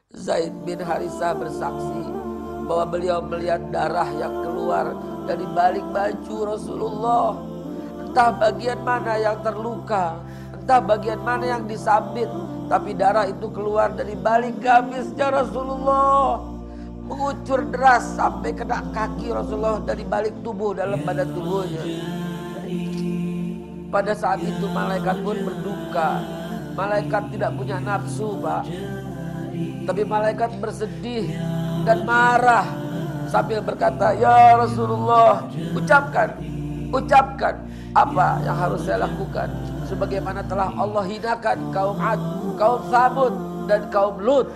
Zaid bin Harisah bersaksi bahwa beliau melihat darah yang keluar dari balik baju Rasulullah. Entah bagian mana yang terluka, entah bagian mana yang disabit, tapi darah itu keluar dari balik gamisnya Rasulullah, mengucur deras sampai kena kaki Rasulullah dari balik tubuh dalam badan tubuhnya. Pada saat itu malaikat pun berduka. Malaikat tidak punya nafsu, Pak. Tapi malaikat bersedih dan marah sambil berkata, "Ya Rasulullah, ucapkan apa yang harus saya lakukan, sebagaimana telah Allah hinakan kaum Ad, kaum Samud dan kaum Lut."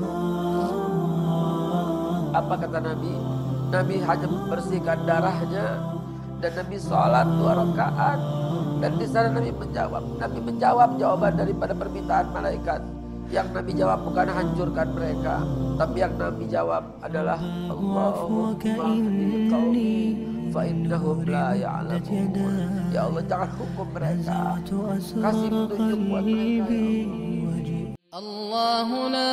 Apa kata Nabi? Nabi hanya membersihkan darahnya dan Nabi sholat 2 rakaat. Dan di sana Nabi menjawab jawaban daripada permintaan malaikat. Yang Nabi jawab bukan hancurkan mereka, tapi yang Nabi jawab adalah Allahumma hdi qaumi fa innahum la ya'lamun. Ya Allah, jangan hukum mereka, kasih petunjuk buat mereka ya Allah. Allahu la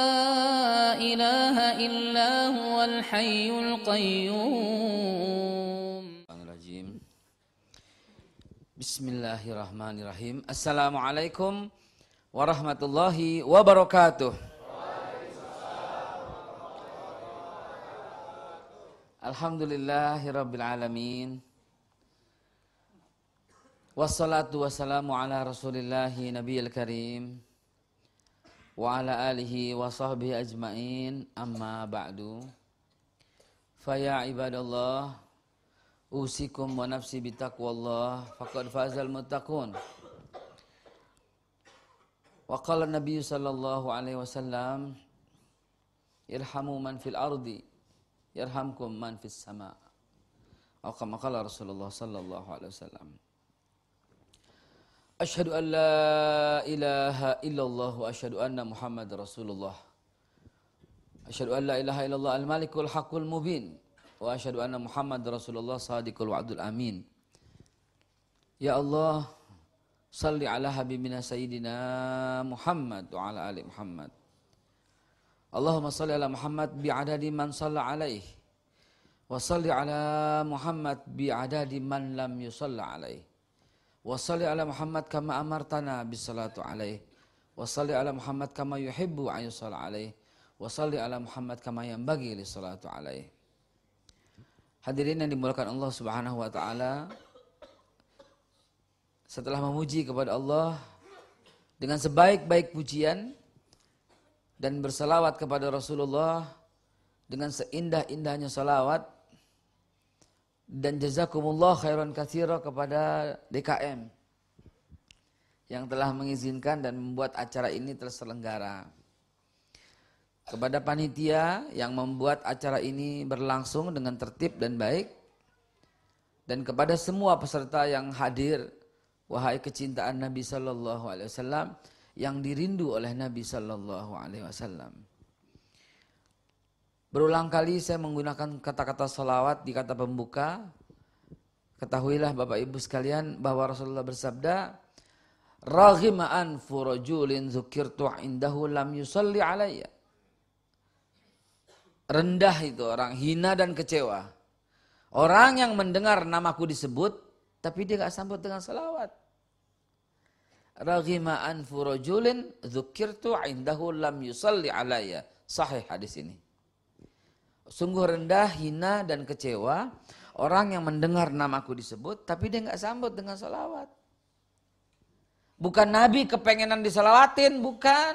ilaha illa huwal hayyul qayyum. Bismillahirrahmanirrahim. Assalamualaikum warahmatullahi wabarakatuh. Alhamdulillahirabbil alamin. Wassalatu wassalamu ala rasulillahi nabiyil karim wa ala alihi wa sahbihi ajmain, amma ba'du. Faya ibadallah, usikum wa nafsi bitaqwallah, faqad fazal muttaqun. Wa qala Nabi sallallahu alaihi wasallam, irhamu man fil ardi yarhamkum man fis sama. Atau kama qala Rasulullah sallallahu alaihi wasallam. Asyhadu an la ilaha illallah wa asyhadu anna Muhammadar Rasulullah. Asyhadu an la ilaha illallah al-malikul haqqul mubin wa asyhadu anna Muhammadar Rasulullah sadiqul wa'dul amin. Ya Allah, salli ala habibina sayyidina Muhammad wa ala ali Muhammad. Allahumma salli ala Muhammad bi'adadi man salla alaih, wa salli ala Muhammad bi'adadi man lam yusalla alaih, wa salli ala Muhammad kama amartana bisalatu alaih, wa salli ala Muhammad kama yuhibbu an yusalla alaih, wa salli ala Muhammad kama yanbaghi li salatu alaih. Hadirin yang dimuliakan Allah Subhanahu wa taala, setelah memuji kepada Allah dengan sebaik-baik pujian dan bersalawat kepada Rasulullah dengan seindah-indahnya salawat, dan jazakumullah khairan katsira kepada DKM yang telah mengizinkan dan membuat acara ini terselenggara, kepada panitia yang membuat acara ini berlangsung dengan tertib dan baik, dan kepada semua peserta yang hadir. Wahai kecintaan Nabi sallallahu alaihi wasallam yang dirindu oleh Nabi sallallahu alaihi wasallam. Berulang kali saya menggunakan kata-kata salawat di kata pembuka. Ketahuilah Bapak Ibu sekalian bahwa Rasulullah bersabda, "Raghima anfu rajulin dzukirtu indahu lam yusalli alayya." Rendah itu orang, hina dan kecewa. Orang yang mendengar namaku disebut tapi dia enggak sambut dengan salawat. Raghima anfu rajulin dzukirtu indahu lam yusalli alayya. Sahih hadis ini. Sungguh rendah, hina dan kecewa orang yang mendengar namaku disebut tapi dia enggak sambut dengan salawat. Bukan Nabi kepengenan disalawatin, bukan.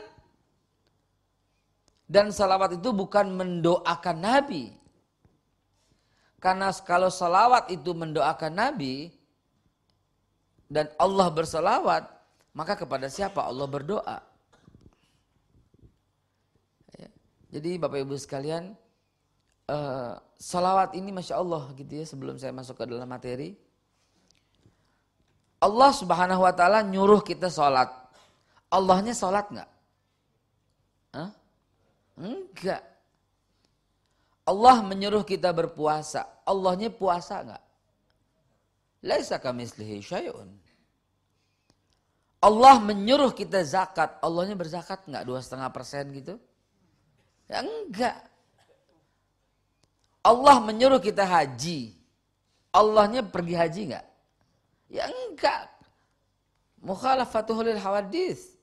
Dan salawat itu bukan mendoakan Nabi. Karena kalau salawat itu mendoakan Nabi dan Allah bersalawat, maka kepada siapa Allah berdoa? Ya. Jadi Bapak Ibu sekalian, salawat ini Masya Allah gitu ya, sebelum saya masuk ke dalam materi. Allah Subhanahu wa ta'ala nyuruh kita sholat. Allahnya sholat enggak? Hah? Enggak. Allah menyuruh kita berpuasa. Allahnya puasa enggak? Laisa kamitslihi syai'un. Allah menyuruh kita zakat. Allahnya berzakat enggak? 2,5% gitu? Ya enggak. Allah menyuruh kita haji. Allahnya pergi haji enggak? Ya enggak. Mukhalafatul lil hawadits.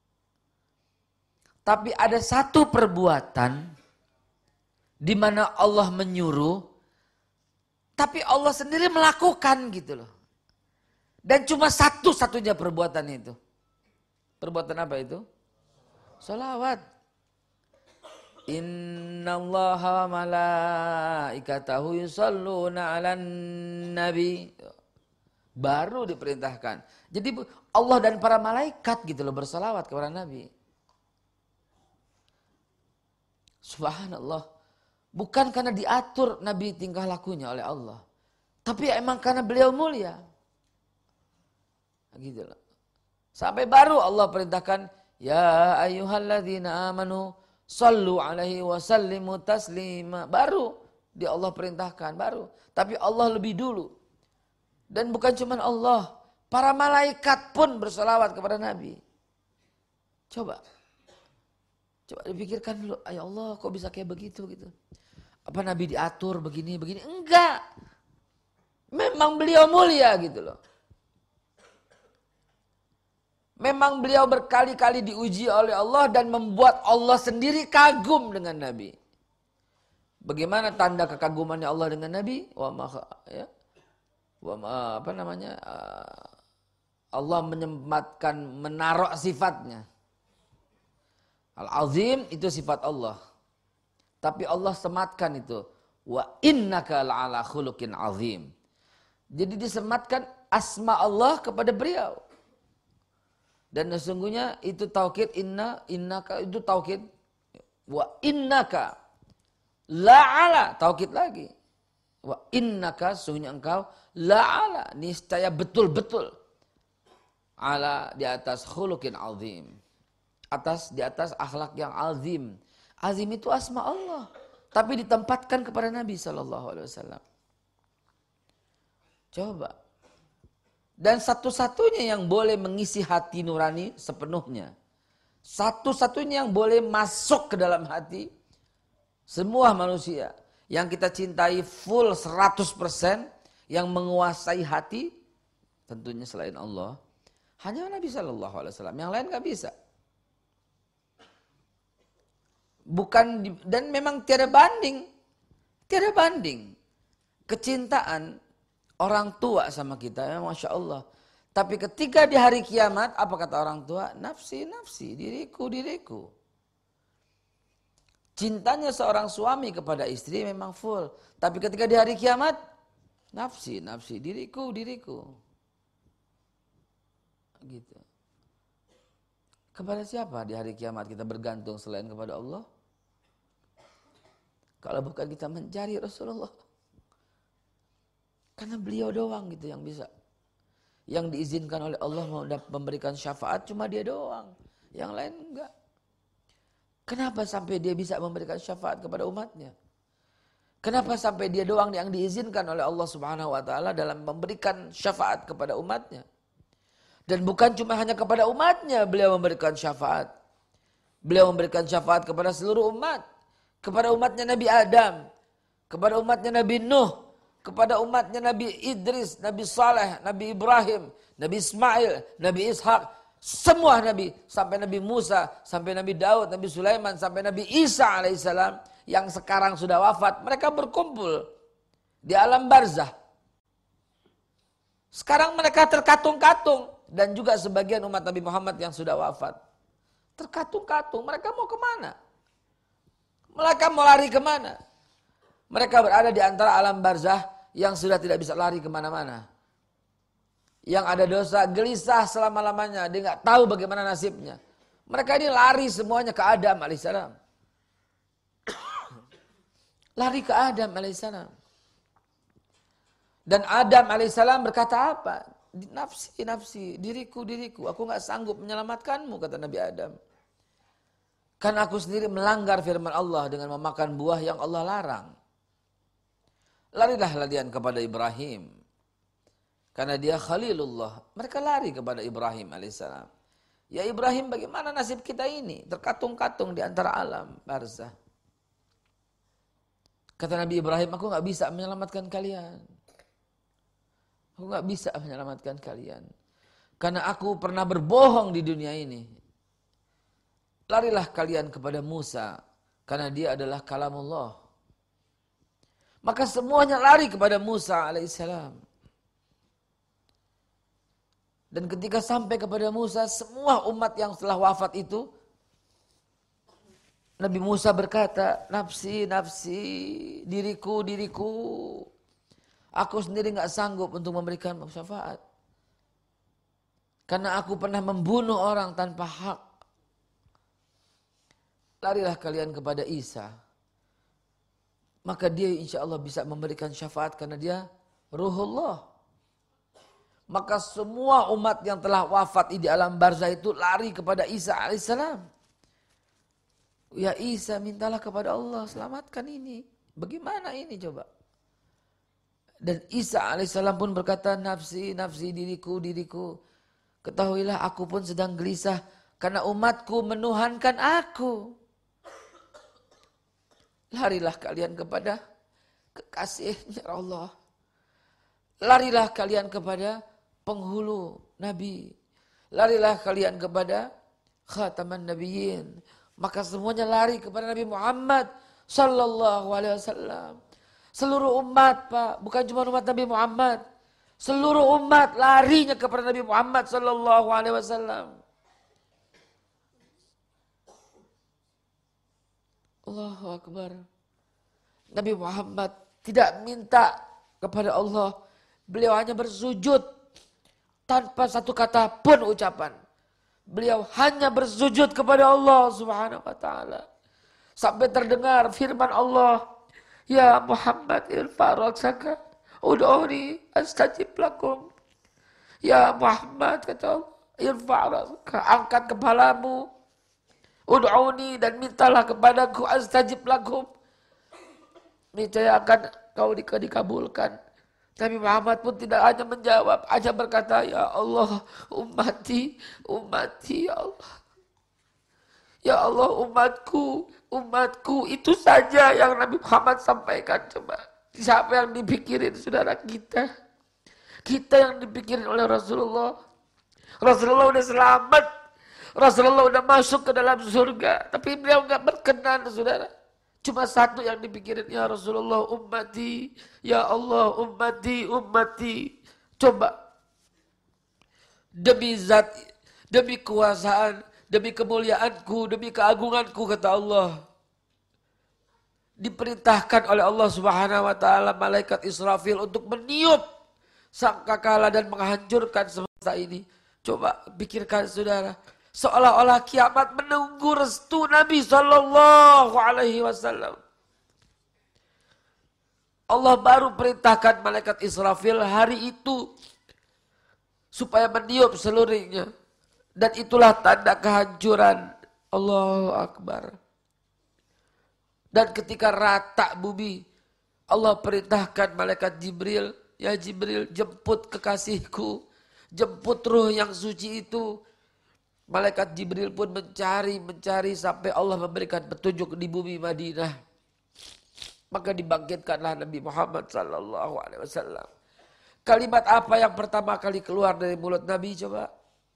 Tapi ada satu perbuatan di mana Allah menyuruh, tapi Allah sendiri melakukan gitu loh. Dan cuma satu-satunya perbuatan itu. Perbuatan apa itu? Salawat. Innallaha wa malaikatahu yusalluna 'alan nabi. Baru diperintahkan. Jadi Allah dan para malaikat gitu loh bersalawat kepada Nabi. Subhanallah. Bukan karena diatur Nabi tingkah lakunya oleh Allah. Tapi emang karena beliau mulia. Gitu loh. Sampai baru Allah perintahkan, ya ayyuhalladzina amanu sallu alaihi wa sallimu taslima. Baru dia Allah perintahkan, baru. Tapi Allah lebih dulu. Dan bukan cuma Allah, para malaikat pun bersolawat kepada Nabi. Coba dipikirkan dulu, ya Allah kok bisa kayak begitu gitu. Apa Nabi diatur begini? Enggak. Memang beliau mulia gitu loh. Memang beliau berkali-kali diuji oleh Allah dan membuat Allah sendiri kagum dengan Nabi. Bagaimana tanda kekagumannya Allah dengan Nabi? Allah menyempatkan menaruh sifatnya. Al-Azim itu sifat Allah. Tapi Allah sematkan itu. Wa innaka la'ala khuluqin azim. Jadi disematkan asma Allah kepada beliau. Dan sesungguhnya itu taukid innaka itu taukid. Wa innaka la'ala taukid lagi. Wa innaka sesungguhnya engkau la'ala niscaya betul-betul ala di atas khuluqin azim. Di atas akhlak yang azim. Azim itu asma Allah. Tapi ditempatkan kepada Nabi SAW. Coba. Dan satu-satunya yang boleh mengisi hati nurani sepenuhnya. Satu-satunya yang boleh masuk ke dalam hati semua manusia. Yang kita cintai full 100%. Yang menguasai hati. Tentunya selain Allah. Hanya Nabi SAW. Yang lain gak bisa. Dan memang tiada banding. Tiada banding. Kecintaan orang tua sama kita, ya Masya Allah. Tapi ketika di hari kiamat, apa kata orang tua? Nafsi, nafsi, diriku, diriku. Cintanya seorang suami kepada istri memang full. Tapi ketika di hari kiamat, nafsi, nafsi, diriku, diriku. Gitu. Kepada siapa di hari kiamat kita bergantung selain kepada Allah? Kalau bukan kita mencari Rasulullah. Karena beliau doang gitu yang bisa. Yang diizinkan oleh Allah memberikan syafaat cuma dia doang. Yang lain enggak. Kenapa sampai dia bisa memberikan syafaat kepada umatnya? Kenapa sampai dia doang yang diizinkan oleh Allah Subhanahu wa taala dalam memberikan syafaat kepada umatnya? Dan bukan cuma hanya kepada umatnya beliau memberikan syafaat. Beliau memberikan syafaat kepada seluruh umat. Kepada umatnya Nabi Adam. Kepada umatnya Nabi Nuh. Kepada umatnya Nabi Idris, Nabi Saleh, Nabi Ibrahim, Nabi Ismail, Nabi Ishak. Semua Nabi. Sampai Nabi Musa, sampai Nabi Daud, Nabi Sulaiman, sampai Nabi Isa alaihissalam. Yang sekarang sudah wafat. Mereka berkumpul di alam barzah. Sekarang mereka terkatung-katung. Dan juga sebagian umat Nabi Muhammad yang sudah wafat. Terkatung-katung. Mereka mau kemana? Mereka mau lari kemana? Mereka berada di antara alam barzah yang sudah tidak bisa lari kemana-mana. Yang ada dosa, gelisah selama-lamanya. Dia nggak tahu bagaimana nasibnya. Mereka ini lari semuanya ke Adam alaihissalam. Lari ke Adam alaihissalam. Dan Adam alaihissalam berkata apa? Nafsi, nafsi, diriku, diriku. Aku nggak sanggup menyelamatkanmu, kata Nabi Adam. Karena aku sendiri melanggar firman Allah dengan memakan buah yang Allah larang. Larilah kalian kepada Ibrahim. Karena dia Khalilullah. Mereka lari kepada Ibrahim alaihissalam. Ya Ibrahim, bagaimana nasib kita ini? Terkatung-katung di antara alam barzah. Kata Nabi Ibrahim, aku nggak bisa menyelamatkan kalian. Aku nggak bisa menyelamatkan kalian. Karena aku pernah berbohong di dunia ini. Larilah kalian kepada Musa. Karena dia adalah kalamullah. Maka semuanya lari kepada Musa alaihissalam. Dan ketika sampai kepada Musa, semua umat yang setelah wafat itu, Nabi Musa berkata, nafsi, nafsi, diriku, diriku. Aku sendiri gak sanggup untuk memberikan syafaat. Karena aku pernah membunuh orang tanpa hak. Larilah kalian kepada Isa. Maka dia insya Allah bisa memberikan syafaat karena dia ruhullah. Maka semua umat yang telah wafat di alam barzah itu lari kepada Isa alaihissalam. Ya Isa, mintalah kepada Allah, selamatkan ini. Bagaimana ini coba? Dan Isa alaihissalam pun berkata, nafsi, nafsi, diriku, diriku. Ketahuilah aku pun sedang gelisah karena umatku menuhankan aku. Larilah kalian kepada kekasihnya Allah. Larilah kalian kepada penghulu Nabi. Larilah kalian kepada khataman nabiyyin. Maka semuanya lari kepada Nabi Muhammad sallallahu alaihi wasallam. Seluruh umat, Pak, bukan cuma umat Nabi Muhammad. Seluruh umat larinya kepada Nabi Muhammad sallallahu alaihi wasallam. Allahu Akbar. Nabi Muhammad tidak minta kepada Allah. Beliau hanya bersujud tanpa satu kata pun ucapan. Beliau hanya bersujud kepada Allah subhanahu wa ta'ala. Sampai terdengar firman Allah. Ya Muhammad irfa' raksaka. Ud'uni astajib lakum. Ya Muhammad kata Allah. Irfa' raksaka. Angkat kepalamu. Ud'uni dan mintalah kepadaku astajib lakum. Niscaya akan kau dikabulkan. Nabi Muhammad pun tidak hanya menjawab, hanya berkata, ya Allah, ummati, ummati, ya Allah. Ya Allah, umatku, umatku. Itu saja yang Nabi Muhammad sampaikan. Coba, siapa yang dipikirin saudara kita? Kita yang dipikirin oleh Rasulullah. Rasulullah udah selamat. Rasulullah udah masuk ke dalam surga. Tapi beliau gak berkenan, saudara. Cuma satu yang dipikirin, ya Rasulullah ummati, ya Allah ummati, ummati. Coba, demi zat, demi kekuasaan, demi kemuliaanku, demi keagunganku, kata Allah. Diperintahkan oleh Allah subhanahu wa ta'ala malaikat Israfil untuk meniup sangkakala dan menghancurkan semesta ini. Coba pikirkan saudara. Seolah-olah kiamat menunggu restu Nabi sallallahu alaihi wasallam. Allah baru perintahkan malaikat Israfil hari itu supaya meniup seluruhnya. Dan itulah tanda kehancuran. Allahu Akbar. Dan ketika rata bumi, Allah perintahkan malaikat Jibril, ya Jibril, jemput kekasihku, jemput ruh yang suci itu. Malaikat Jibril pun mencari sampai Allah memberikan petunjuk di bumi Madinah. Maka dibangkitkanlah Nabi Muhammad sallallahu alaihi wasallam. Kalimat apa yang pertama kali keluar dari mulut Nabi coba?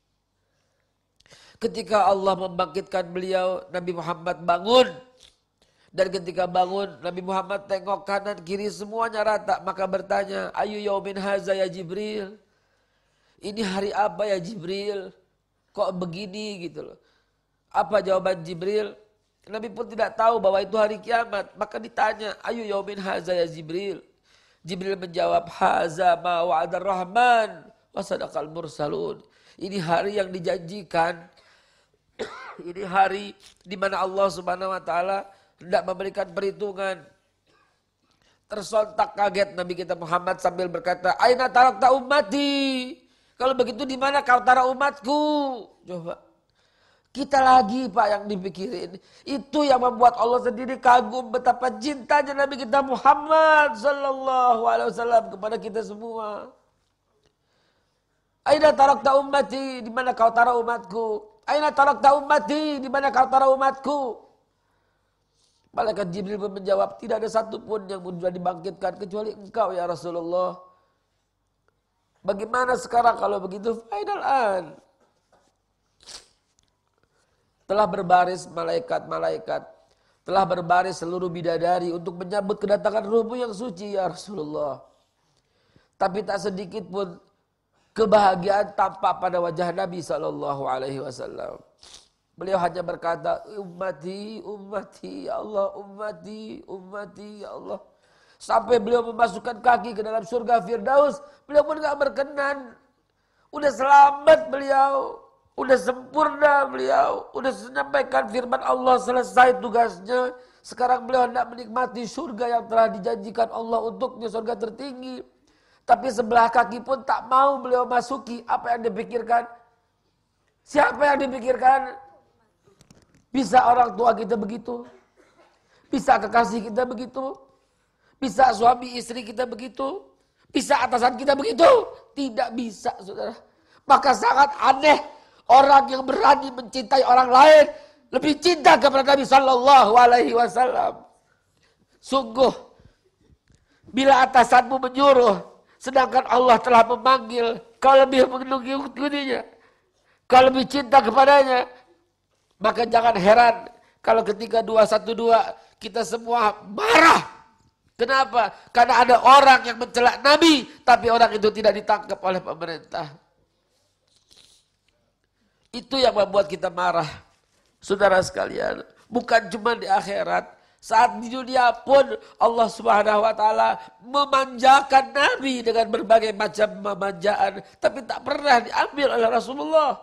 Ketika Allah membangkitkan beliau, Nabi Muhammad bangun. Dan ketika bangun, Nabi Muhammad tengok kanan kiri semuanya rata. Maka bertanya, ayu yaumin haza ya Jibril. Ini hari apa ya Jibril? Kok begini gitu loh. Apa jawaban Jibril? Nabi pun tidak tahu bahwa itu hari kiamat. Maka ditanya, ayu yaumin haza ya Jibril. Jibril menjawab, haza ma wa'adar rahman wa sadaqal mursalun. Ini hari yang dijanjikan. Ini hari di mana Allah subhanahu wa ta'ala hendak memberikan perhitungan. Tersontak kaget Nabi kita Muhammad sambil berkata, aina tarakta ummati. Kalau begitu di mana kau taruh umatku? Coba. Kita lagi Pak yang dipikirin. Itu yang membuat Allah sendiri kagum betapa cintanya Nabi kita Muhammad sallallahu alaihi wasallam kepada kita semua. Aina tarakta ummati, di mana kau taruh umatku? Aina tarakta ummati, di mana kau taruh umatku? Malaikat Jibril pun menjawab, tidak ada satupun yang sudah dibangkitkan kecuali engkau ya Rasulullah. Bagaimana sekarang kalau begitu? Final an. Telah berbaris malaikat-malaikat, telah berbaris seluruh bidadari untuk menyambut kedatangan ruhmu yang suci ya Rasulullah. Tapi tak sedikit pun kebahagiaan tampak pada wajah Nabi SAW. Beliau hanya berkata, ummati, ummati, ya Allah, ummati, ummati, ya Allah. Sampai beliau memasukkan kaki ke dalam surga Firdaus, beliau pun gak berkenan. Udah selamat beliau, udah sempurna beliau, udah menyampaikan firman Allah, selesai tugasnya. Sekarang beliau hendak menikmati surga yang telah dijanjikan Allah untuknya, surga tertinggi. Tapi sebelah kaki pun tak mau beliau masuki. Apa yang dipikirkan? Siapa yang dipikirkan? Bisa orang tua kita begitu? Bisa kekasih kita begitu? Bisa suami istri kita begitu? Bisa atasan kita begitu? Tidak bisa, saudara. Maka sangat aneh orang yang berani mencintai orang lain lebih cinta kepada Nabi SAW. Sungguh, bila atasanmu menyuruh, sedangkan Allah telah memanggil, kau lebih mengikuti-ikutinya, kau lebih cinta kepadanya, maka jangan heran kalau ketika 212 kita semua marah. Kenapa? Karena ada orang yang mencela Nabi, tapi orang itu tidak ditangkap oleh pemerintah. Itu yang membuat kita marah. Saudara sekalian, bukan cuma di akhirat, saat di dunia pun Allah Subhanahu wa taala memanjakan Nabi dengan berbagai macam pemanjaan, tapi tak pernah diambil oleh Rasulullah.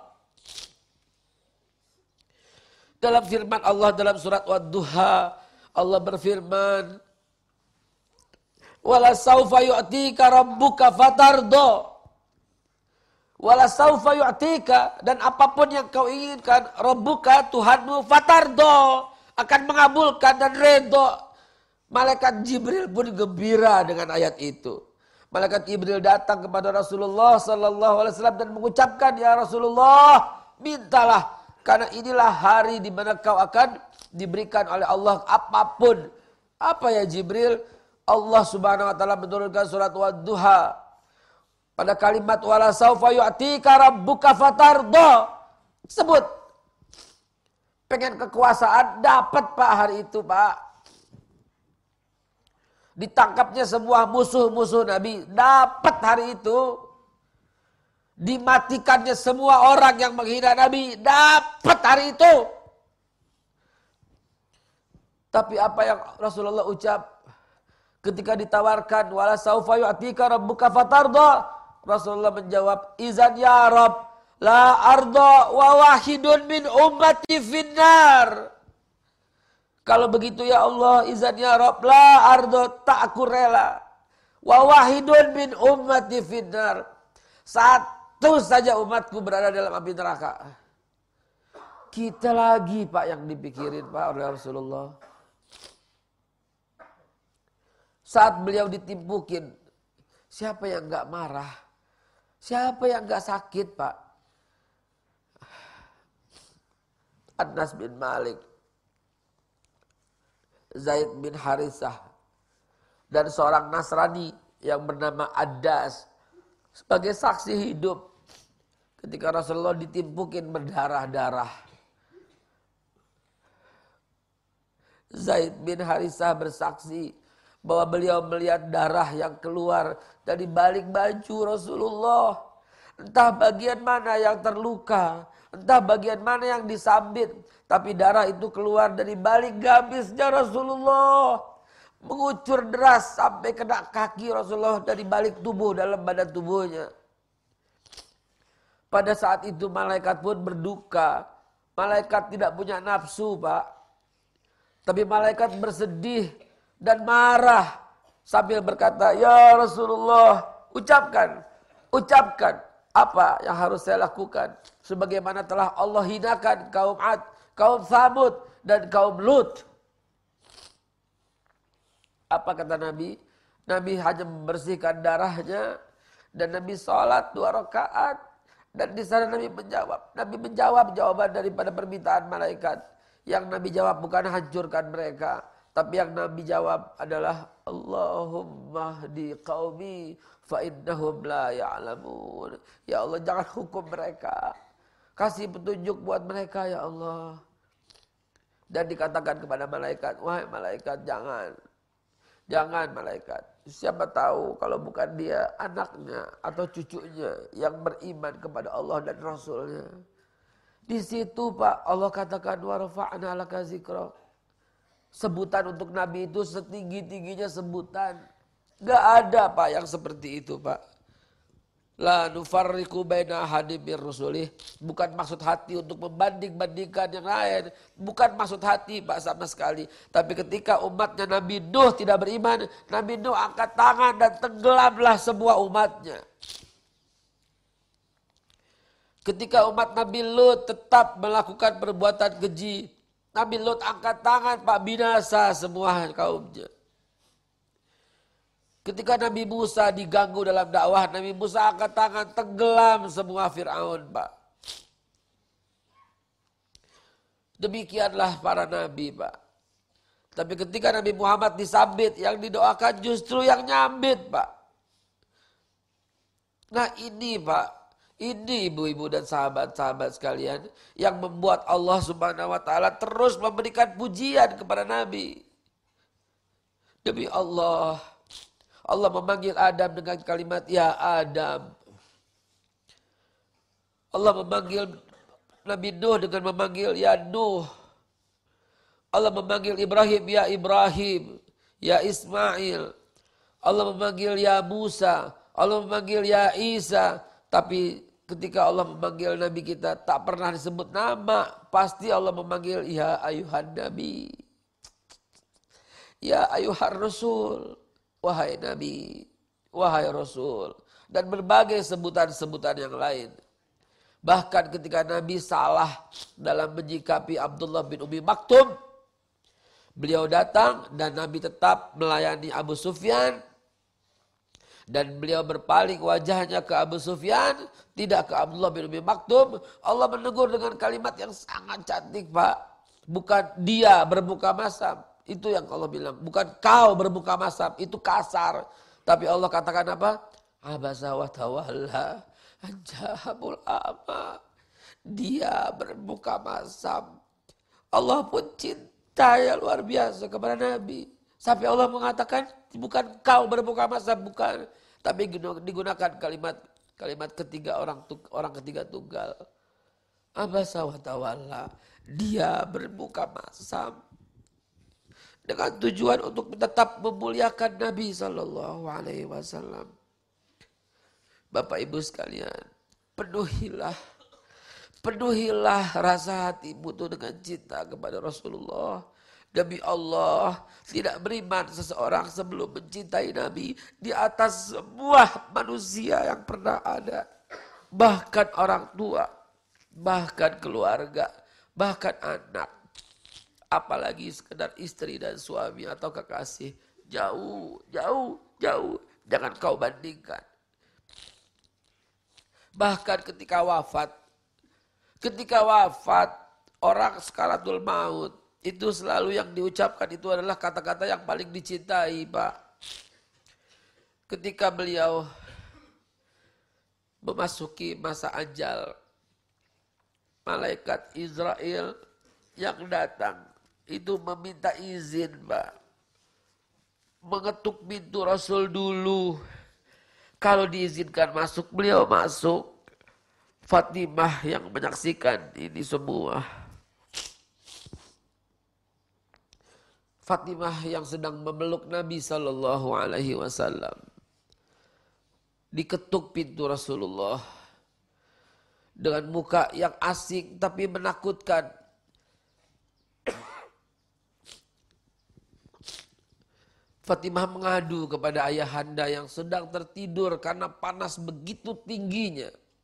Dalam firman Allah dalam surat Wad-Duha, Allah berfirman, "Wala saufa yu'tika rabbuka fatardo." Wala saufa yu'tika, dan apapun yang kau inginkan, rabbuka, Tuhanmu, fatardo, akan mengabulkan dan redho. Malaikat Jibril pun gembira dengan ayat itu. Malaikat Jibril datang kepada Rasulullah SAW dan mengucapkan, ya Rasulullah, mintalah. Karena inilah hari di mana kau akan diberikan oleh Allah apapun. Apa ya Jibril? Allah Subhanahu wa taala menurunkan surat Wad-Duha. Pada kalimat wala saufa yu'tika rabbuka fatardo. Sebut. Pengen kekuasaan, dapat Pak hari itu Pak. Ditangkapnya semua musuh-musuh Nabi, dapat hari itu. Dimatikannya semua orang yang menghina Nabi, dapat hari itu. Tapi apa yang Rasulullah ucap ketika ditawarkan wala saufa yu'tika rabbuka fatardo, Rasulullah menjawab, izan ya Rabb, la ardo wa wahidun min ummati finnar. Kalau begitu ya Allah, izan ya Rabb, la ardo, tak aku rela, wa wahidun min ummati finnar. Satu saja umatku berada dalam api neraka. Kita lagi Pak yang dipikirin Pak oleh Rasulullah. Saat beliau ditimpukin, siapa yang enggak marah? Siapa yang enggak sakit Pak? Anas bin Malik, Zaid bin Harisah, dan seorang Nasrani yang bernama Adas sebagai saksi hidup ketika Rasulullah ditimpukin berdarah-darah. Zaid bin Harisah bersaksi bahwa beliau melihat darah yang keluar dari balik baju Rasulullah. Entah bagian mana yang terluka, entah bagian mana yang disambit, tapi darah itu keluar dari balik gamisnya Rasulullah. Mengucur deras sampai kena kaki Rasulullah dari balik tubuh dalam badan tubuhnya. Pada saat itu malaikat pun berduka. Malaikat tidak punya nafsu Pak. Tapi malaikat bersedih dan marah sambil berkata, ya Rasulullah, ucapkan apa yang harus saya lakukan. Sebagaimana telah Allah hinakan kaum Ad, kaum Thamud, dan kaum Lut. Apa kata Nabi? Nabi hanya membersihkan darahnya dan Nabi sholat 2 rakaat. Dan di sana Nabi menjawab. Nabi menjawab jawaban daripada permintaan malaikat. Yang Nabi jawab bukan hancurkan mereka, Tapi yang Nabi jawab adalah Allahumma hdi qaumi fa innahum la ya'lamun. Ya Allah, jangan hukum mereka. Kasih petunjuk buat mereka ya Allah. Dan dikatakan kepada malaikat, wahai malaikat, jangan. Jangan malaikat. Siapa tahu kalau bukan dia anaknya atau cucunya yang beriman kepada Allah dan Rasulnya. Di situ Pak Allah katakan wa rafa'na laka zikra. Sebutan untuk Nabi itu setinggi-tingginya sebutan. Gak ada Pak yang seperti itu Pak. La nufarriqu baina ahadin mir rusulih. Bukan maksud hati untuk membanding-bandingkan yang lain. Bukan maksud hati Pak sama sekali. Tapi ketika umatnya Nabi Nuh tidak beriman, Nabi Nuh angkat tangan dan tenggelamlah semua umatnya. Ketika umat Nabi Lut tetap melakukan perbuatan keji, Nabi Lut angkat tangan Pak, binasa semua kaumnya. Ketika Nabi Musa diganggu dalam dakwah, Nabi Musa angkat tangan, tenggelam semua Fir'aun Pak. Demikianlah para Nabi Pak. Tapi ketika Nabi Muhammad disambit, yang didoakan justru yang nyambit Pak. Nah ini Pak, ini ibu-ibu dan sahabat-sahabat sekalian yang membuat Allah Subhanahu wa taala terus memberikan pujian kepada Nabi. Demi Allah, Allah memanggil Adam dengan kalimat ya Adam. Allah memanggil Nabi Nuh dengan memanggil ya Nuh. Allah memanggil Ibrahim ya Ibrahim, ya Ismail. Allah memanggil ya Musa, Allah memanggil ya Isa. Tapi ketika Allah memanggil Nabi kita tak pernah disebut nama. Pasti Allah memanggil ya ayuhan Nabi, ya ayuhan Rasul. Wahai Nabi, wahai Rasul. Dan berbagai sebutan-sebutan yang lain. Bahkan ketika Nabi salah dalam menyikapi Abdullah bin Umi Maktum, beliau datang dan Nabi tetap melayani Abu Sufyan. Dan beliau berpaling wajahnya ke Abu Sufyan, tidak ke Abdullah bin Umi Maktum. Allah menegur dengan kalimat yang sangat cantik Pak. Bukan dia bermuka masam. Itu yang Allah bilang. Bukan kau bermuka masam. Itu kasar. Tapi Allah katakan apa? Abasa wa tawalla anjahabul ama. Dia bermuka masam. Allah pun cinta yang luar biasa kepada Nabi. Sampai Allah mengatakan bukan kau bermuka masam. Bukan. Tapi digunakan kalimat ketiga orang ketiga tunggal. Abasa wa tawalla. Dia bermuka masam. Dengan tujuan untuk tetap memuliakan Nabi SAW. Bapak Ibu sekalian, penuhilah rasa hatimu itu dengan cinta kepada Rasulullah. Demi Allah, tidak beriman seseorang sebelum mencintai Nabi di atas semua manusia yang pernah ada. Bahkan orang tua, bahkan keluarga, bahkan anak. Apalagi sekedar istri dan suami atau kekasih. Jauh. Jangan kau bandingkan. Bahkan ketika wafat. Orang sakaratul maut. Itu selalu yang diucapkan itu adalah kata-kata yang paling dicintai Pak. Ketika beliau memasuki masa ajal. Malaikat Israel yang datang. Itu meminta izin Pak. Mengetuk pintu Rasul dulu. Kalau diizinkan masuk, beliau masuk. Fatimah yang menyaksikan ini semua. Fatimah yang sedang memeluk Nabi SAW. Diketuk pintu Rasulullah. Dengan muka yang asing tapi menakutkan. Fatimah mengadu kepada ayahanda yang sedang tertidur karena panas begitu tingginya.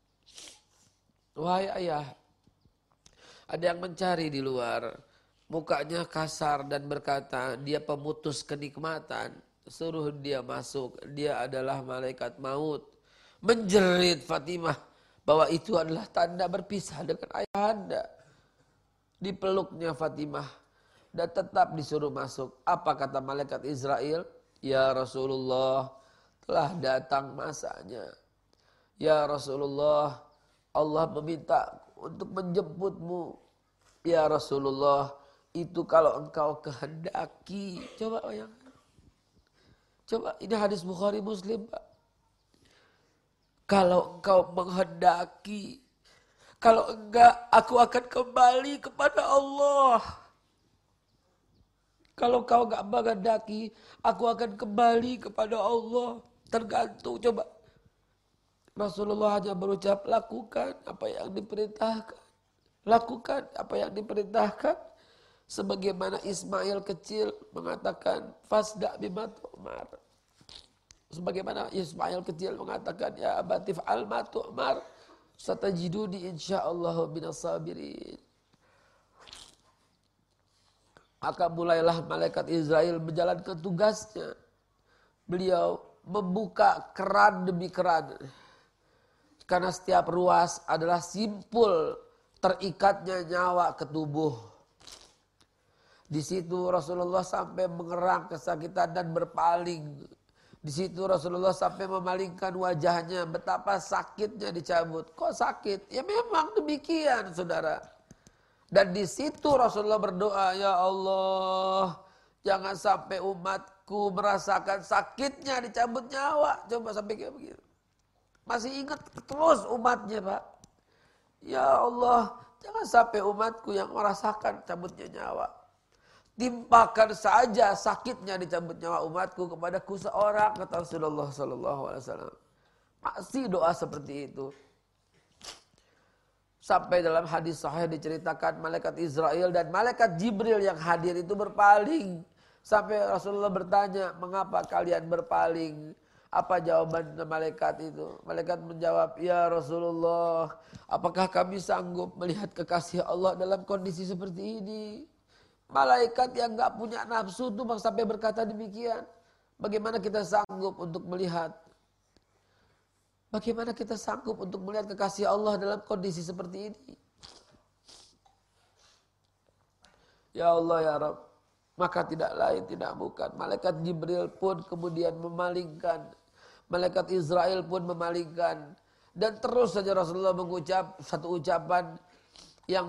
Wahai ayah, ada yang mencari di luar. Mukanya kasar dan berkata, dia pemutus kenikmatan. Suruh dia masuk, dia adalah malaikat maut. Menjerit Fatimah bahwa itu adalah tanda berpisah dengan ayahanda. Dipeluknya Fatimah. dan tetap disuruh masuk. Apa kata malaikat Israel? Ya Rasulullah, telah datang masanya. Ya Rasulullah, Allah meminta untuk menjemputmu. Ya Rasulullah, itu kalau engkau kehendaki. Coba bayangkan. Coba, ini hadis Bukhari Muslim, Pak. Kalau engkau menghendaki, kalau enggak, aku akan kembali kepada Allah. Kalau kau enggak menghendaki, aku akan kembali kepada Allah. Tergantung, coba. Rasulullah hanya berucap, lakukan apa yang diperintahkan. Lakukan apa yang diperintahkan. Sebagaimana Ismail kecil mengatakan, fasda bima tu'mar. Sebagaimana Ismail kecil mengatakan, ya abatif alma tu'mar, satajiduni insyaallah minas sabirin. Maka mulailah malaikat Israel menjalankan tugasnya. Beliau membuka keran demi keran. Karena setiap ruas adalah simpul terikatnya nyawa ke tubuh. Di situ Rasulullah sampai mengerang kesakitan dan berpaling. Di situ Rasulullah sampai memalingkan wajahnya. Betapa sakitnya dicabut. Kok sakit? Ya memang demikian, saudara. Dan di situ Rasulullah berdoa, ya Allah, jangan sampai umatku merasakan sakitnya dicabut nyawa. Coba sampai kayak begitu. Masih ingat terus umatnya, Pak. Ya Allah, jangan sampai umatku yang merasakan cabutnya nyawa. Timpakan saja sakitnya dicabut nyawa umatku kepadaku seorang, kata Rasulullah SAW. Masih doa seperti itu. Sampai dalam hadis sahih diceritakan malaikat Israel dan malaikat Jibril yang hadir itu berpaling. Sampai Rasulullah bertanya, mengapa kalian berpaling? Apa jawaban malaikat itu? Malaikat menjawab, ya Rasulullah, apakah kami sanggup melihat kekasih Allah dalam kondisi seperti ini? Malaikat yang gak punya nafsu itu sampai berkata demikian. Bagaimana kita sanggup untuk melihat? Bagaimana kita sanggup untuk melihat kekasih Allah dalam kondisi seperti ini? Ya Allah ya Rabb. Maka tidak lain tidak bukan. Malaikat Jibril pun kemudian memalingkan. Malaikat Israel pun memalingkan. Dan terus saja Rasulullah mengucap satu ucapan yang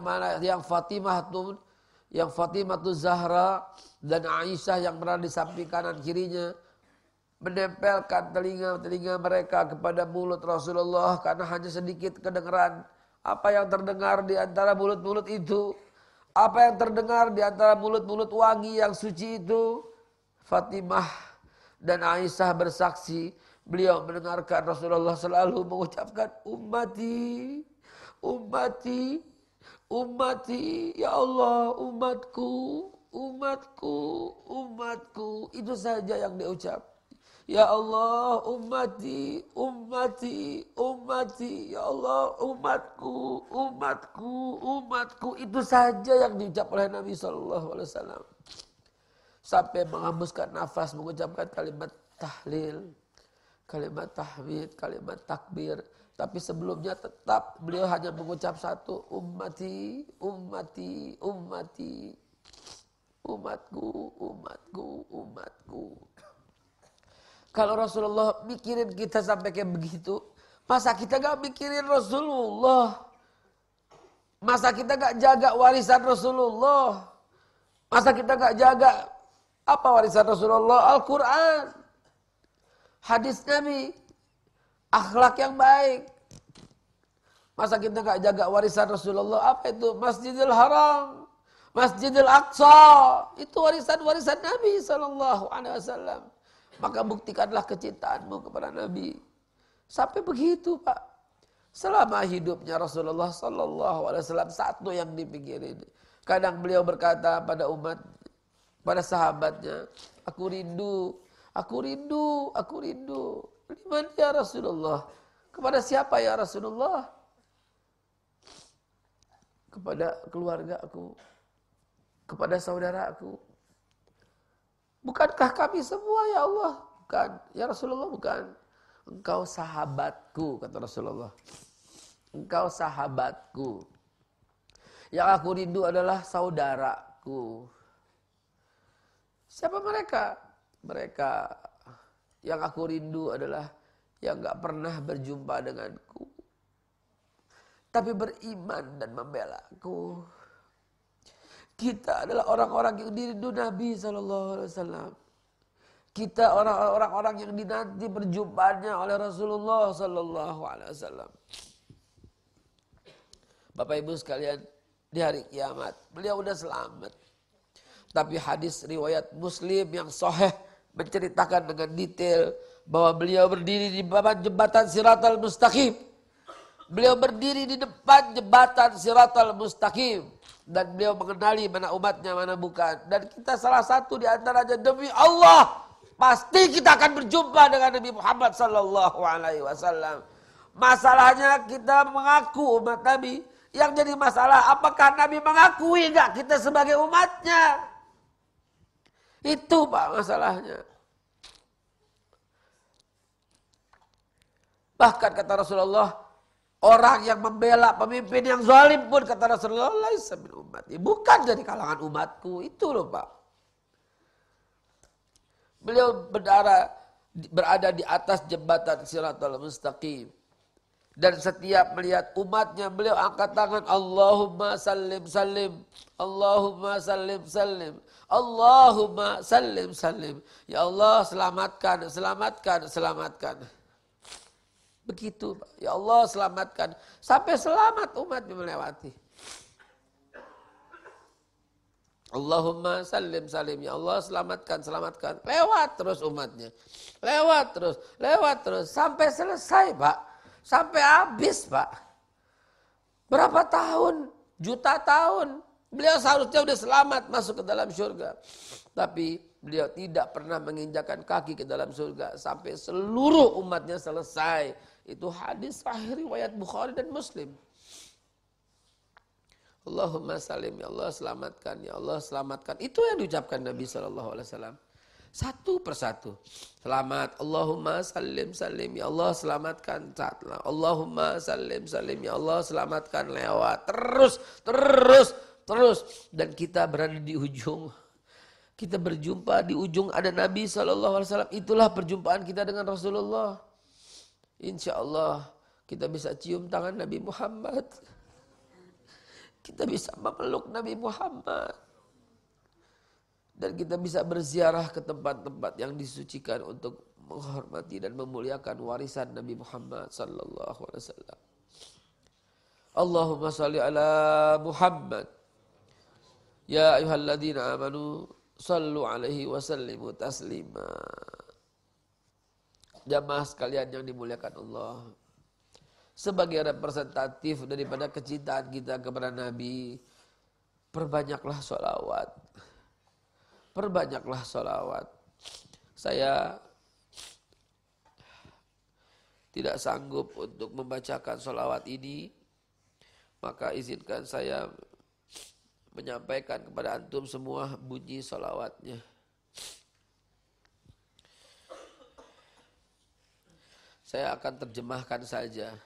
Fatimah Zahra dan Aisyah yang berada di samping kanan kirinya menempelkan telinga mereka kepada mulut Rasulullah karena hanya sedikit kedengaran. Apa yang terdengar di antara mulut-mulut itu? Apa yang terdengar di antara mulut-mulut wangi yang suci itu? Fatimah dan Aisyah bersaksi, beliau mendengarkan Rasulullah selalu mengucapkan ummati, ummati, ummati, ya Allah, umatku, umatku, umatku. Itu saja yang diucap. Ya Allah, ummati, ummati, ummati. Ya Allah, umatku, umatku, umatku. Itu saja yang diucap oleh Nabi SAW. Sampai menghembuskan nafas, mengucapkan kalimat tahlil, kalimat tahmid, kalimat takbir. Tapi sebelumnya tetap beliau hanya mengucap satu, ummati, ummati, ummati. Umatku, umatku, umatku. Kalau Rasulullah mikirin kita sampai kayak begitu, masa kita gak mikirin Rasulullah? Masa kita gak jaga warisan Rasulullah? Masa kita gak jaga apa warisan Rasulullah? Al-Quran, hadis Nabi, akhlak yang baik. Masa kita gak jaga warisan Rasulullah? Apa itu? Masjidil Haram, Masjidil Aqsa. Itu warisan-warisan Nabi SAW. Maka buktikanlah kecintaanmu kepada Nabi. Sampai begitu, Pak. Selama hidupnya Rasulullah SAW satu yang dipikirin. Kadang beliau berkata pada umat, pada sahabatnya, aku rindu, aku rindu, aku rindu. Liman ya Rasulullah? Kepada siapa ya Rasulullah? Kepada keluarga aku, kepada saudara aku. Bukankah kami semua ya Allah? Bukan. Ya Rasulullah, bukan. Engkau sahabatku, kata Rasulullah. Engkau sahabatku. Yang aku rindu adalah saudaraku. Siapa mereka? Mereka yang aku rindu adalah yang gak pernah berjumpa denganku, tapi beriman dan membela aku. Kita adalah orang-orang yang dirindu Nabi SAW. Kita orang-orang yang dinanti perjumpaannya oleh Rasulullah SAW. Bapak Ibu sekalian, di hari kiamat beliau udah selamat. Tapi hadis riwayat Muslim yang sahih menceritakan dengan detail bahwa beliau berdiri di bawah jembatan Siratal Mustaqim. Beliau berdiri di depan jembatan Siratal Mustaqim. Dan beliau mengenali mana umatnya, mana bukan. Dan kita salah satu di antaranya, demi Allah, pasti kita akan berjumpa dengan Nabi Muhammad SAW. Masalahnya kita mengaku umat Nabi. Yang jadi masalah, apakah Nabi mengakui enggak kita sebagai umatnya? Itu Pak masalahnya. Bahkan kata Rasulullah, orang yang membela pemimpin yang zalim pun kata Rasulullah, laisa min ummati, bukan dari kalangan umatku. Itu loh Pak. Beliau berada di atas jembatan Siratal Mustaqim. Dan setiap melihat umatnya, beliau angkat tangan, Allahumma sallim sallim, Allahumma sallim sallim, Allahumma sallim sallim. Ya Allah, selamatkan, selamatkan, selamatkan. Begitu, ya Allah selamatkan. Sampai selamat umat melewati. Allahumma sallim salim. Ya Allah selamatkan, selamatkan. Lewat terus umatnya. Lewat terus. Sampai selesai Pak. Sampai habis Pak. Berapa tahun? Juta tahun. Beliau seharusnya sudah selamat masuk ke dalam surga. Tapi beliau tidak pernah menginjakkan kaki ke dalam surga. Sampai seluruh umatnya selesai. Itu hadis sahih riwayat Bukhari dan Muslim. Allahumma salim, ya Allah selamatkan, ya Allah selamatkan. Itu yang diucapkan Nabi SAW. Satu persatu. Selamat, Allahumma salim salim, ya Allah selamatkan. Allahumma salim salim, ya Allah selamatkan. Lewat. Terus. Dan kita berada di ujung. Kita berjumpa di ujung ada Nabi SAW. Itulah perjumpaan kita dengan Rasulullah. Insya Allah kita bisa cium tangan Nabi Muhammad. Kita bisa memeluk Nabi Muhammad. Dan kita bisa berziarah ke tempat-tempat yang disucikan untuk menghormati dan memuliakan warisan Nabi Muhammad sallallahu alaihi wasallam. Allahumma shalli ala Muhammad. Ya ayyuhalladzina amanu sallu alaihi wa sallimu taslima. Jamaah sekalian yang dimuliakan Allah. Sebagai representatif daripada kecintaan kita kepada Nabi, perbanyaklah sholawat. Perbanyaklah sholawat. Saya tidak sanggup untuk membacakan sholawat ini, maka izinkan saya menyampaikan kepada antum semua bunyi sholawatnya. Saya akan terjemahkan saja.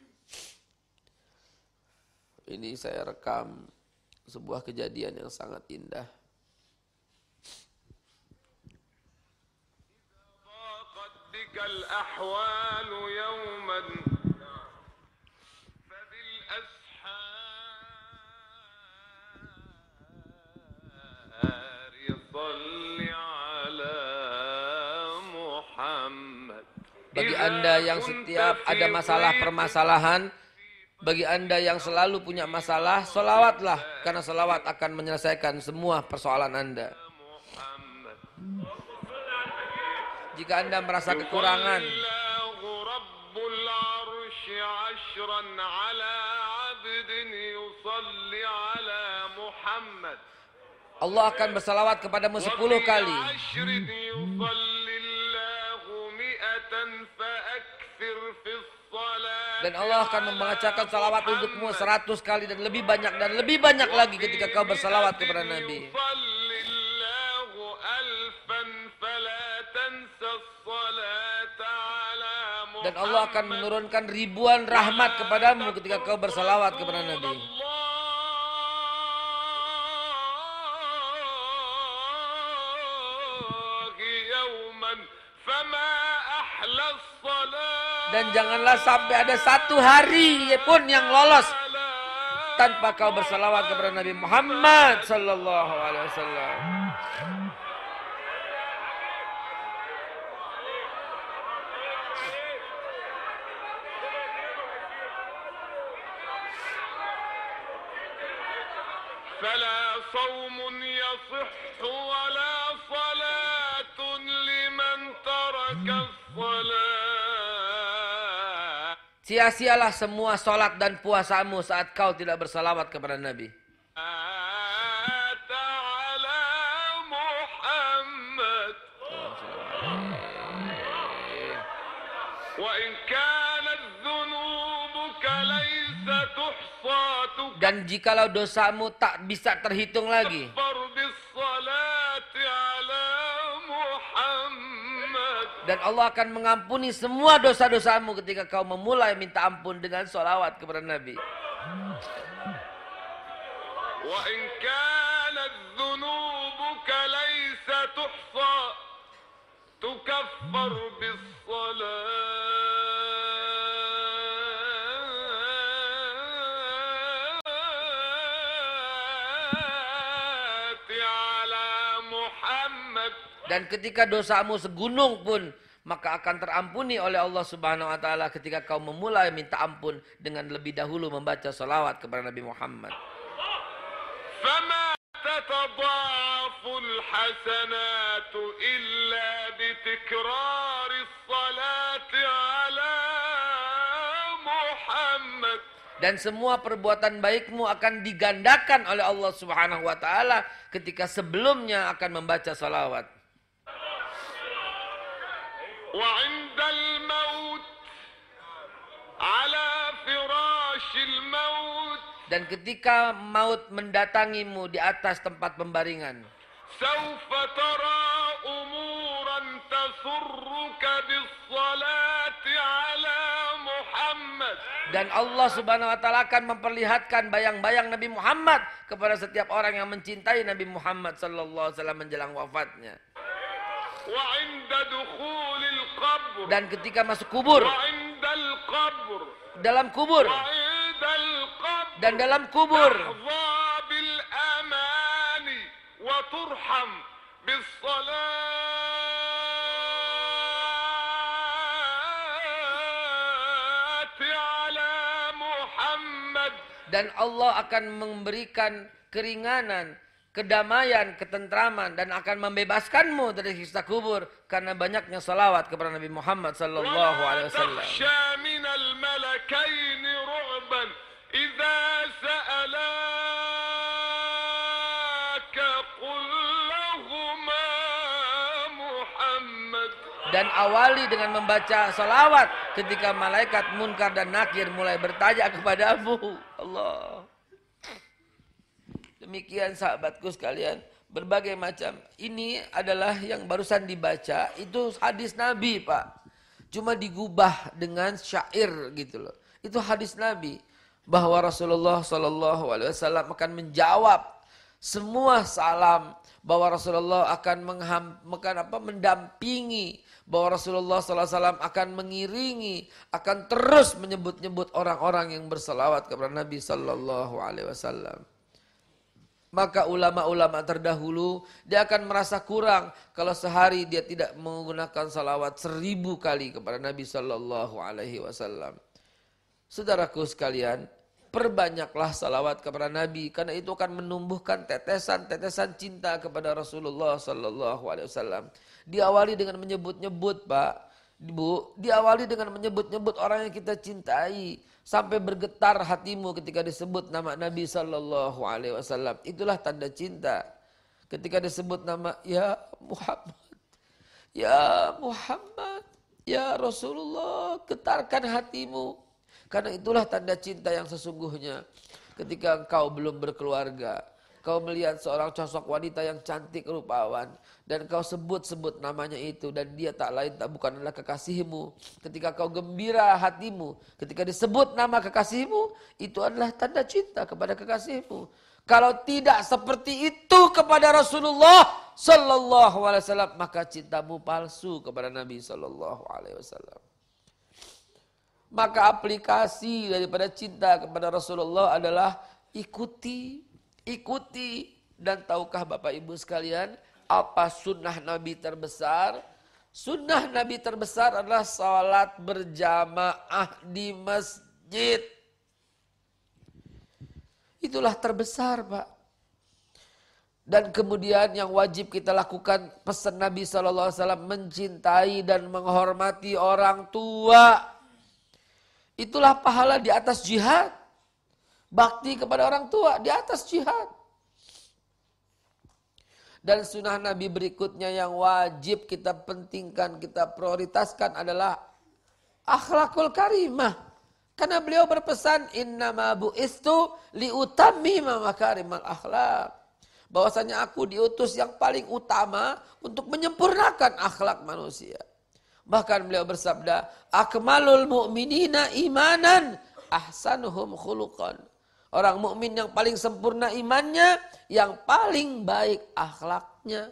Ini saya rekam sebuah kejadian yang sangat indah. الأحوال يوما فبالأسحار صل على محمد. Bagi Anda yang setiap ada masalah permasalahan, bagi Anda yang selalu punya masalah, sholawatlah, karena sholawat akan menyelesaikan semua persoalan Anda. Jika Anda merasa kekurangan, Allah akan bersalawat kepadamu 10 kali. Dan Allah akan membacakan salawat untukmu 100 kali dan lebih banyak lagi ketika kau bersalawat kepada Nabi. Dan Allah akan menurunkan ribuan rahmat kepadamu ketika kau bersalawat kepada Nabi. Dan janganlah sampai ada satu hari pun yang lolos tanpa kau bersalawat kepada Nabi Muhammad sallallahu alaihi wasallam. فلا صوم يصح ولا صلاة لمن ترك الصلاة. Sia-sialah semua solat dan puasamu saat kau tidak bersalawat kepada Nabi. Dan jikalau dosamu tak bisa terhitung lagi, dan Allah akan mengampuni semua dosa-dosamu ketika kau memulai minta ampun dengan sholawat kepada Nabi. Dan ketika dosamu segunung pun, maka akan terampuni oleh Allah Subhanahu wa taala ketika kau memulai minta ampun dengan lebih dahulu membaca salawat kepada Nabi Muhammad. فَمَا تَتَضَاعَفُ الْحَسَنَاتُ إِلَّا بِتِكْرَارِ الصَّلَاةِ عَلَى مُحَمَّدٍ. Dan semua perbuatan baikmu akan digandakan oleh Allah Subhanahu wa taala ketika sebelumnya akan membaca salawat. وعند الموت على فراش الموت. Dan ketika maut mendatangimu di atas tempat pembaringan, سوف ترى أمورا تسرك بالصلاة على محمد. dan Allah Subhanahu wa taala akan memperlihatkan bayang-bayang Nabi Muhammad kepada setiap orang yang mencintai Nabi Muhammad sallallahu alaihi wasallam menjelang wafatnya. Dan ketika masuk kubur, dalam kubur, dan dalam kubur, dan Allah akan memberikan keringanan, kedamaian, ketentraman, dan akan membebaskanmu dari siksa kubur karena banyaknya salawat kepada Nabi Muhammad sallallahu alaihi wasallam. Dan awali dengan membaca salawat ketika malaikat Munkar dan Nakir mulai bertanya kepadamu. Allah. Demikian sahabatku sekalian, berbagai macam. Ini adalah yang barusan dibaca, itu hadis Nabi, Pak. Cuma digubah dengan syair gitu loh. Itu hadis Nabi bahwa Rasulullah sallallahu alaihi wasallam akan menjawab semua salam, bahwa Rasulullah akan mendampingi, bahwa Rasulullah sallallahu alaihi wasallam akan mengiringi, akan terus menyebut-nyebut orang-orang yang bersalawat kepada Nabi sallallahu alaihi wasallam. Maka ulama-ulama terdahulu, dia akan merasa kurang kalau sehari dia tidak menggunakan salawat 1000 kali kepada Nabi sallallahu alaihi wasallam. Saudaraku sekalian, perbanyaklah salawat kepada Nabi, karena itu akan menumbuhkan tetesan-tetesan cinta kepada Rasulullah sallallahu alaihi wasallam. Diawali dengan menyebut-nyebut, Pak, Bu, diawali dengan menyebut-nyebut orang yang kita cintai. Sampai bergetar hatimu ketika disebut nama Nabi sallallahu alaihi wasallam. Itulah tanda cinta. Ketika disebut nama ya Muhammad, ya Muhammad, ya Rasulullah, getarkan hatimu. Karena itulah tanda cinta yang sesungguhnya. Ketika engkau belum berkeluarga, kau melihat seorang sosok wanita yang cantik rupawan, dan kau sebut-sebut namanya itu, dan dia tak lain tak bukan adalah kekasihmu. Ketika kau gembira hatimu, ketika disebut nama kekasihmu, itu adalah tanda cinta kepada kekasihmu. Kalau tidak seperti itu kepada Rasulullah sallallahu alaihi wasallam, maka cintamu palsu kepada Nabi sallallahu alaihi wasallam. Maka aplikasi daripada cinta kepada Rasulullah adalah ikuti. Dan tahukah Bapak Ibu sekalian, apa sunnah Nabi terbesar? Sunnah Nabi terbesar adalah salat berjamaah di masjid. Itulah terbesar, Pak. Dan kemudian yang wajib kita lakukan, pesan Nabi SAW, mencintai dan menghormati orang tua. Itulah pahala di atas jihad. Bakti kepada orang tua di atas jihad. Dan sunnah Nabi berikutnya yang wajib kita pentingkan, kita prioritaskan adalah akhlakul karimah. Karena beliau berpesan, innama bu'istu liutammima makarimal akhlak. Bahwasanya aku diutus yang paling utama untuk menyempurnakan akhlak manusia. Bahkan beliau bersabda, akmalul mu'minina imanan ahsanuhum khuluqan. Orang mukmin yang paling sempurna imannya, yang paling baik akhlaknya.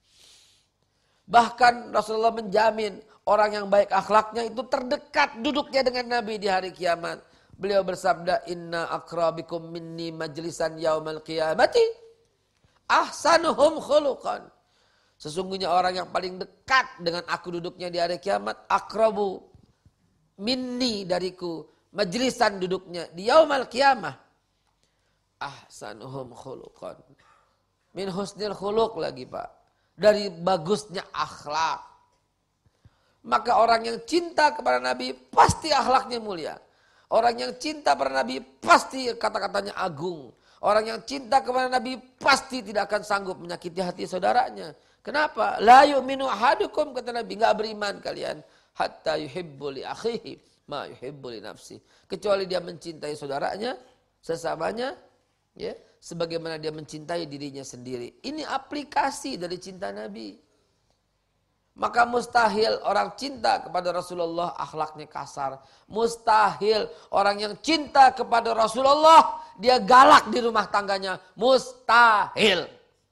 Bahkan Rasulullah menjamin orang yang baik akhlaknya itu terdekat duduknya dengan Nabi di hari kiamat. Beliau bersabda, inna akrabikum minni majlisan yaumal qiyamati ahsanuhum khuluqan. Sesungguhnya orang yang paling dekat dengan aku duduknya di hari kiamat, akrabu minni dariku, majlisan duduknya di yaumal qiyamah, ahsanuhum khuluqan. Min husnil khuluq lagi, Pak. Dari bagusnya akhlak. Maka orang yang cinta kepada Nabi pasti akhlaknya mulia. Orang yang cinta kepada Nabi pasti kata-katanya agung. Orang yang cinta kepada Nabi pasti tidak akan sanggup menyakiti hati saudaranya. Kenapa? La yu'minu ahadukum, kata Nabi, enggak beriman kalian hatta yuhibbu li akhihi ma yuhibbu li nafsi. Kecuali dia mencintai saudaranya, sesamanya, ya, sebagaimana dia mencintai dirinya sendiri. Ini aplikasi dari cinta Nabi. Maka mustahil orang cinta kepada Rasulullah akhlaknya kasar. Mustahil orang yang cinta kepada Rasulullah dia galak di rumah tangganya. Mustahil.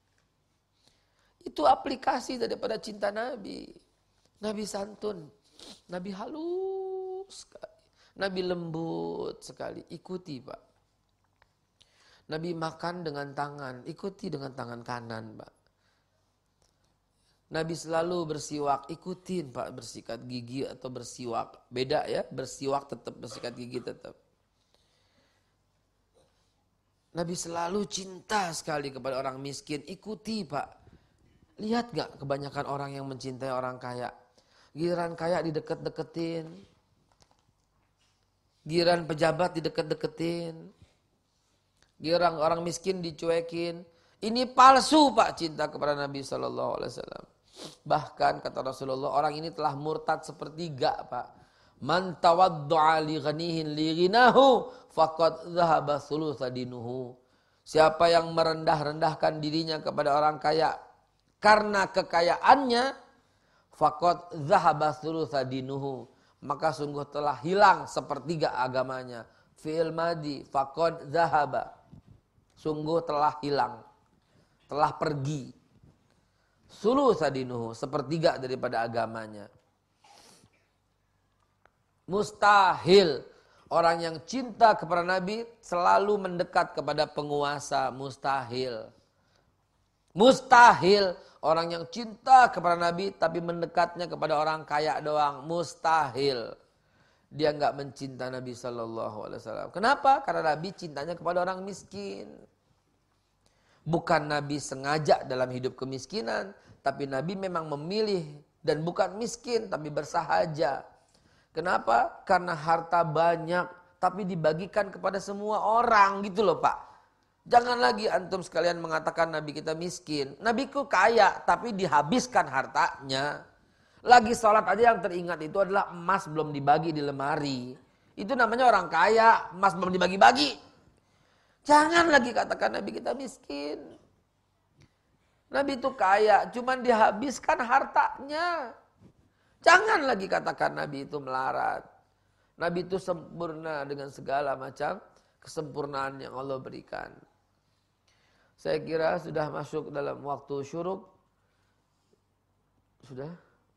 Itu aplikasi daripada cinta Nabi. Nabi santun, Nabi halus sekali, Nabi lembut sekali. Ikuti, Pak. Nabi makan dengan tangan, ikuti dengan tangan kanan, Pak. Nabi selalu bersiwak, ikutin, Pak, bersikat gigi atau bersiwak. Beda ya, bersiwak tetap, bersikat gigi tetap. Nabi selalu cinta sekali kepada orang miskin, ikuti, Pak. Lihat gak kebanyakan orang yang mencintai orang kaya? Giliran kaya dideket-deketin. Giliran pejabat dideket-deketin. Giliran orang miskin dicuekin. Ini palsu, Pak, cinta kepada Nabi SAW. Bahkan kata Rasulullah, orang ini telah murtad sepertiga, Pak. Man tawaddu'a li ghanihin li ghinahu faqad dhahaba thulutsa dinuhu. Siapa yang merendah-rendahkan dirinya kepada orang kaya karena kekayaannya, faqad dhahaba thulutsa dinuhu, maka sungguh telah hilang sepertiga agamanya. Fi'il madi, faqad dhahaba, sungguh telah hilang, telah pergi. Thulutsa dinuhu, sepertiga daripada agamanya. Mustahil orang yang cinta kepada Nabi selalu mendekat kepada penguasa. Mustahil. Mustahil orang yang cinta kepada Nabi tapi mendekatnya kepada orang kaya doang. Mustahil. Dia enggak mencinta Nabi SAW. Kenapa? Karena Nabi cintanya kepada orang miskin. Bukan Nabi sengaja dalam hidup kemiskinan, tapi Nabi memang memilih dan bukan miskin tapi bersahaja. Kenapa? Karena harta banyak tapi dibagikan kepada semua orang gitu loh, Pak. Jangan lagi antum sekalian mengatakan Nabi kita miskin. Nabiku kaya tapi dihabiskan hartanya. Lagi sholat aja yang teringat itu adalah emas belum dibagi di lemari. Itu namanya orang kaya, emas belum dibagi-bagi. Jangan lagi katakan Nabi kita miskin. Nabi itu kaya, cuman dihabiskan hartanya. Jangan lagi katakan Nabi itu melarat. Nabi itu sempurna dengan segala macam kesempurnaan yang Allah berikan. Saya kira sudah masuk dalam waktu syuruk. Sudah?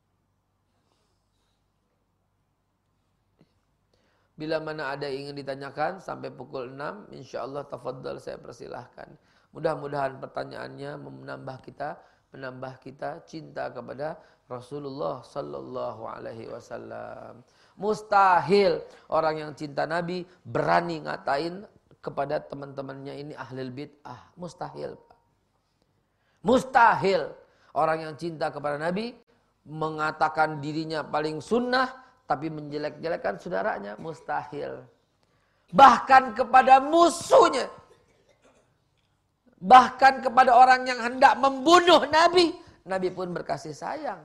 Bila mana ada yang ingin ditanyakan sampai pukul 6, insyaallah tafadhal saya persilahkan. Mudah-mudahan pertanyaannya menambah kita cinta kepada Rasulullah sallallahu alaihi wasallam. Mustahil orang yang cinta Nabi berani ngatain kepada teman-temannya ini ahlul bid'ah. Mustahil. Mustahil orang yang cinta kepada Nabi mengatakan dirinya paling sunnah tapi menjelek-jelekan saudaranya. Mustahil. Bahkan kepada musuhnya, bahkan kepada orang yang hendak membunuh Nabi, Nabi pun berkasih sayang.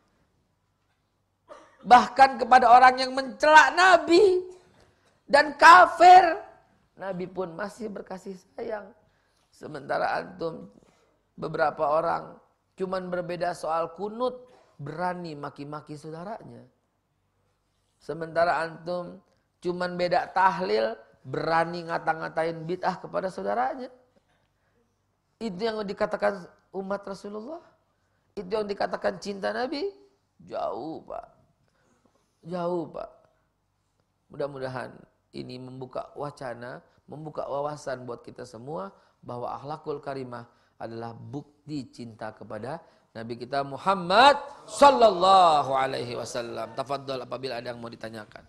Bahkan kepada orang yang mencela Nabi dan kafir, Nabi pun masih berkasih sayang. Sementara antum beberapa orang cuman berbeda soal kunut, berani maki-maki saudaranya. Sementara antum cuman beda tahlil, berani ngata-ngatain bid'ah kepada saudaranya. Itu yang dikatakan umat Rasulullah. Itu yang dikatakan cinta Nabi. Jauh Pak. Jauh Pak. Mudah-mudahan ini membuka wacana, membuka wawasan buat kita semua bahwa akhlakul karimah adalah bukti cinta kepada Nabi kita Muhammad sallallahu alaihi wasallam. Tafadhal apabila ada yang mau ditanyakan.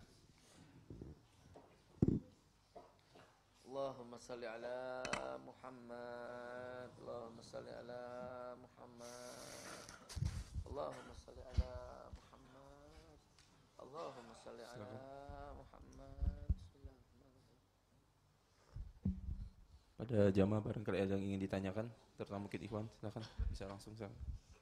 Allahumma salli ala Muhammad. Allahumma salli ala Muhammad. Allahumma salli ala Muhammad. Allahumma salli ala Muhammad. Ada jamaah barangkali ada yang ingin ditanyakan, terutama mungkin ikhwan, silakan bisa langsung silakan.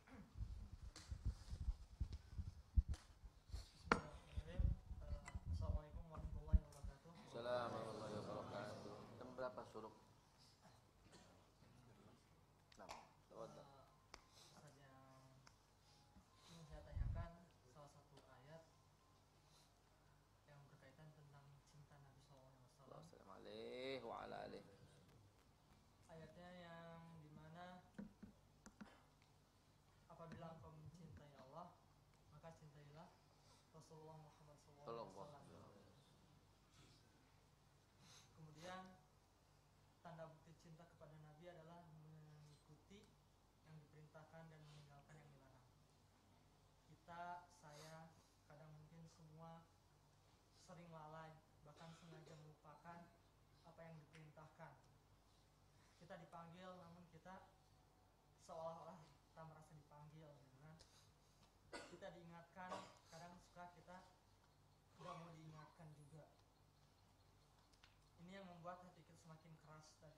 Kemudian tanda bukti cinta kepada Nabi adalah mengikuti yang diperintahkan dan meninggalkan yang dilarang. Kita, saya, kadang mungkin semua sering lalai, bahkan sengaja melupakan apa yang diperintahkan. Kita dipanggil, namun kita seolah-olah tak merasa dipanggil, kan? Kita diingatkan, kadang suka kita tidak mau diingatkan juga. Ini yang membuat hati kita semakin keras dan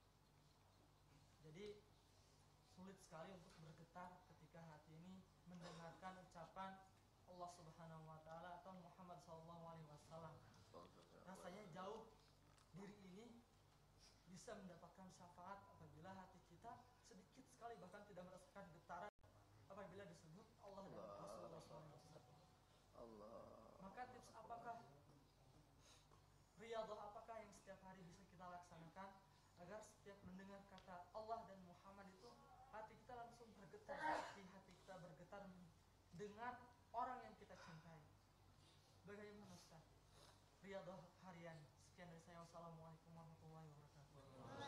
jadi sulit sekali untuk bergetar ketika hati ini mendengarkan ucapan Allah Subhanahu wa taala atau Muhammad sallallahu alaihi wasallam. Rasanya jauh diri ini bisa mendapatkan syafaat apabila hati kita sedikit sekali bahkan tidak merasakan getaran apabila disebut Allah dan Rasulullah SAW. Maka tips apakah, riyadhah apakah yang setiap hari bisa kita laksanakan agar setiap mendengar kata Allah dan Muhammad itu hati kita langsung bergetar, hati kita bergetar dengan orang yang kita cintai. Bagaimana Ustaz? Riyadhah harian. Sekian dari saya. Wassalamualaikum warahmatullahi wabarakatuh.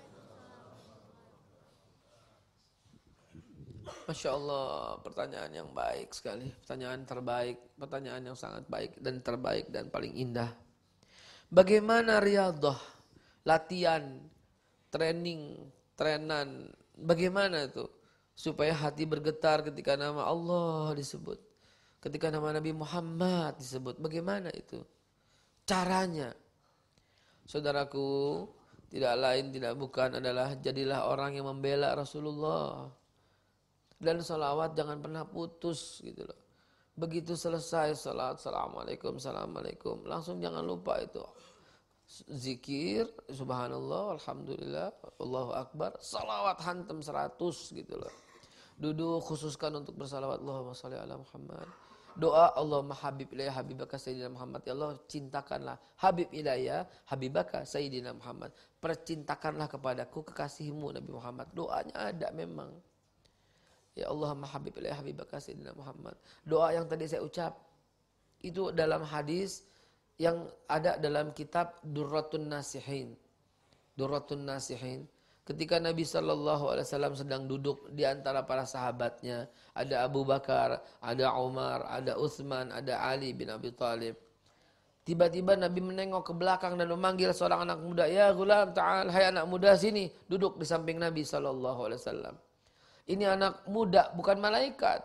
Masya Allah, pertanyaan yang baik sekali. Pertanyaan terbaik, pertanyaan yang sangat baik dan terbaik dan paling indah. Bagaimana riyadhah, latihan, training, trenan, bagaimana itu supaya hati bergetar ketika nama Allah disebut, ketika nama Nabi Muhammad disebut, bagaimana itu caranya? Saudaraku, tidak lain tidak bukan adalah jadilah orang yang membela Rasulullah. Dan salawat jangan pernah putus gitu loh. Begitu selesai salat, assalamualaikum, assalamualaikum, langsung jangan lupa itu zikir, subhanallah, alhamdulillah, Allahu akbar, salawat hantam 100 gitu loh. Duduk khususkan untuk bersalawat, Allahumma sholli ala Muhammad. Doa Allahumma habib ilayya habibaka sayyidina Muhammad. Ya Allah, cintakanlah habib ilayya habibaka sayyidina Muhammad. Percintakanlah kepadaku kekasihmu Nabi Muhammad. Doanya ada memang. Ya Allahumma habib ilayya habibaka sayyidina Muhammad. Doa yang tadi saya ucap itu dalam hadis yang ada dalam kitab Durratun Nasihin. Durratun Nasihin. Ketika Nabi SAW sedang duduk di antara para sahabatnya, ada Abu Bakar, ada Umar, ada Utsman, ada Ali bin Abi Thalib. Tiba-tiba Nabi menengok ke belakang dan memanggil seorang anak muda, "Ya gulam, ta'al, hai anak muda sini." Duduk di samping Nabi SAW. Ini anak muda, bukan malaikat.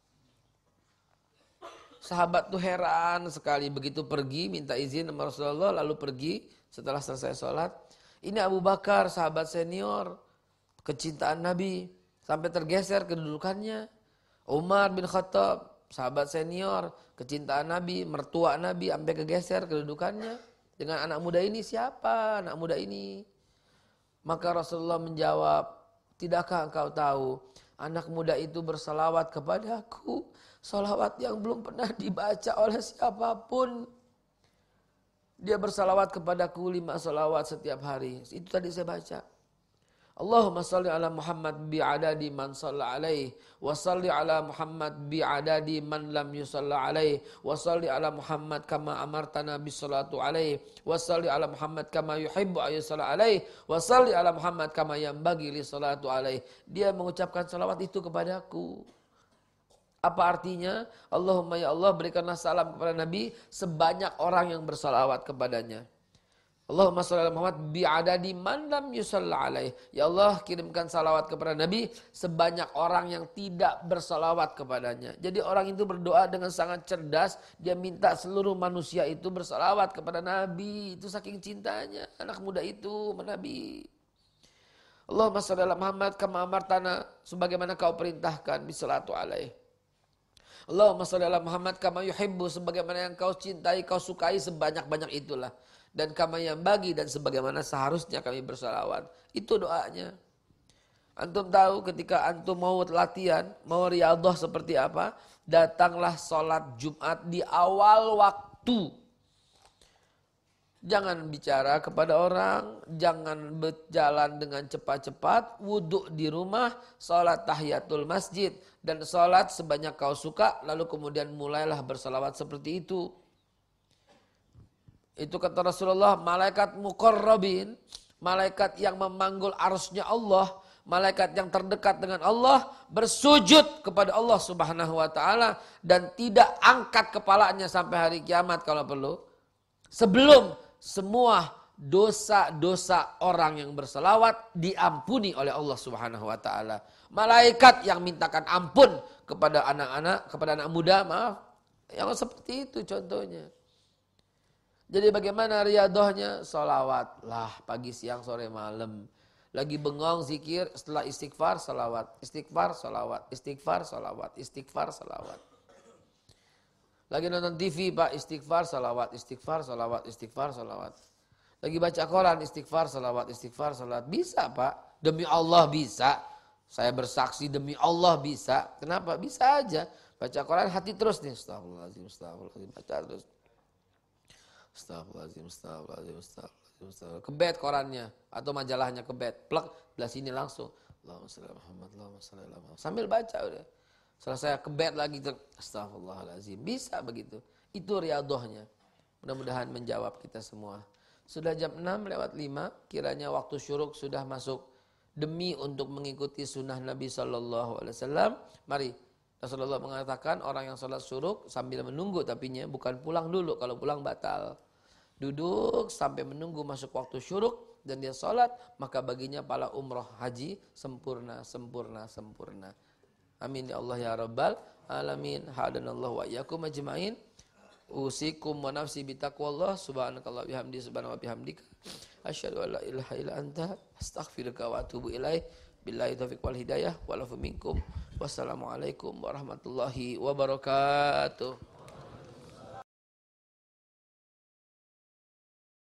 Sahabat tuh heran sekali, begitu pergi minta izin sama Rasulullah, lalu pergi setelah selesai sholat. Ini Abu Bakar, sahabat senior, kecintaan Nabi, sampai tergeser kedudukannya. Umar bin Khattab, sahabat senior, kecintaan Nabi, mertua Nabi, sampai kegeser kedudukannya. Dengan anak muda ini, siapa anak muda ini? Maka Rasulullah menjawab, "Tidakkah engkau tahu, anak muda itu bersalawat kepadaku, salawat yang belum pernah dibaca oleh siapapun. Dia bersalawat kepadaku 5 salawat setiap hari." Itu tadi saya baca. Allahumma salli ala Muhammad bi'adadi man salla alaih, wa salli ala Muhammad bi'adadi man lam yusalla alaih, wa salli ala Muhammad kama amartana bisalatu alaih, wa salli ala Muhammad kama yuhibbu ayyusalla alaih, wa salli ala Muhammad kama yanbaghi li salatu alaih. Dia mengucapkan salawat itu kepadaku. Apa artinya? Allahumma ya Allah, berikanlah salam kepada Nabi sebanyak orang yang bersalawat kepadanya. Allahumma sholli ala Muhammad bi'adadi man lam yusalla alaih. Ya Allah, kirimkan salawat kepada Nabi sebanyak orang yang tidak bersalawat kepadanya. Jadi orang itu berdoa dengan sangat cerdas. Dia minta seluruh manusia itu bersalawat kepada Nabi. Itu saking cintanya anak muda itu sama Nabi. Allahumma sholli ala Muhammad kama amartana, sebagaimana kau perintahkan bisalatu alaih. Allahumma sholli ala Muhammad kama yuhibbu, sebagaimana yang kau cintai, kau sukai, sebanyak-banyak itulah. Dan kama yang bagi, dan sebagaimana seharusnya kami bersalawat. Itu doanya. Antum tahu ketika antum mau latihan, mau riyadhah seperti apa? Datanglah sholat Jumat di awal waktu. Jangan bicara kepada orang, jangan berjalan dengan cepat-cepat, wudhu di rumah, sholat tahiyatul masjid, dan sholat sebanyak kau suka, lalu kemudian mulailah bersalawat seperti itu. Itu kata Rasulullah, malaikat muqarrabin, malaikat yang memanggul arsy-Nya Allah, malaikat yang terdekat dengan Allah, bersujud kepada Allah Subhanahu wa ta'ala, dan tidak angkat kepalanya sampai hari kiamat kalau perlu, sebelum semua dosa-dosa orang yang berselawat diampuni oleh Allah Subhanahu wa ta'ala. Malaikat yang mintakan ampun kepada anak-anak, kepada anak muda, maaf, yang seperti itu contohnya. Jadi bagaimana riyadhahnya? Salawat lah pagi, siang, sore, malam. Lagi bengong zikir, setelah istighfar, salawat. Istighfar, salawat. Istighfar, salawat. Istighfar, salawat. Lagi nonton TV Pak, istighfar, salawat. Istighfar, salawat. Istighfar, salawat. Lagi baca Quran, istighfar, salawat. Istighfar, salawat. Bisa Pak, demi Allah bisa. Saya bersaksi demi Allah bisa. Kenapa? Bisa aja. Baca Quran hati terus nih. Astagfirullahaladzim, astagfirullahaladzim. Baca terus. Astagfirullahaladzim, astagfirullahaladzim, astagfirullahaladzim. Kebet korannya atau majalahnya kebet, plek, belah sini langsung. Allahumma shalli ala Muhammad, Allahumma shalli ala Muhammad. Sambil baca udah. Selesai kebet lagi, astagfirullahaladzim. Bisa begitu. Itu riyadhahnya. Mudah-mudahan menjawab kita semua. Sudah jam 6:05, kiranya waktu syuruk sudah masuk. Demi untuk mengikuti sunnah Nabi SAW, mari. Rasulullah mengatakan orang yang sholat syuruk sambil menunggu tapinya, bukan pulang dulu, kalau pulang batal. Duduk sampai menunggu masuk waktu syuruk dan dia sholat, maka baginya pahala umroh haji sempurna, sempurna, sempurna. Amin ya Allah ya Rabbal alamin. Hadanallahu wa iyyakum ajma'in. Usikum wa nafsi bitaqwallah. Subhanakallah bihamdi, subhanahu wa bihamdika. Asyhadu an la ilaha illa anta, astaghfiruka wa atubu ilaih. Billahi taufiq wal hidayah. Wa'alafu minkum. Wassalamualaikum warahmatullahi wabarakatuh.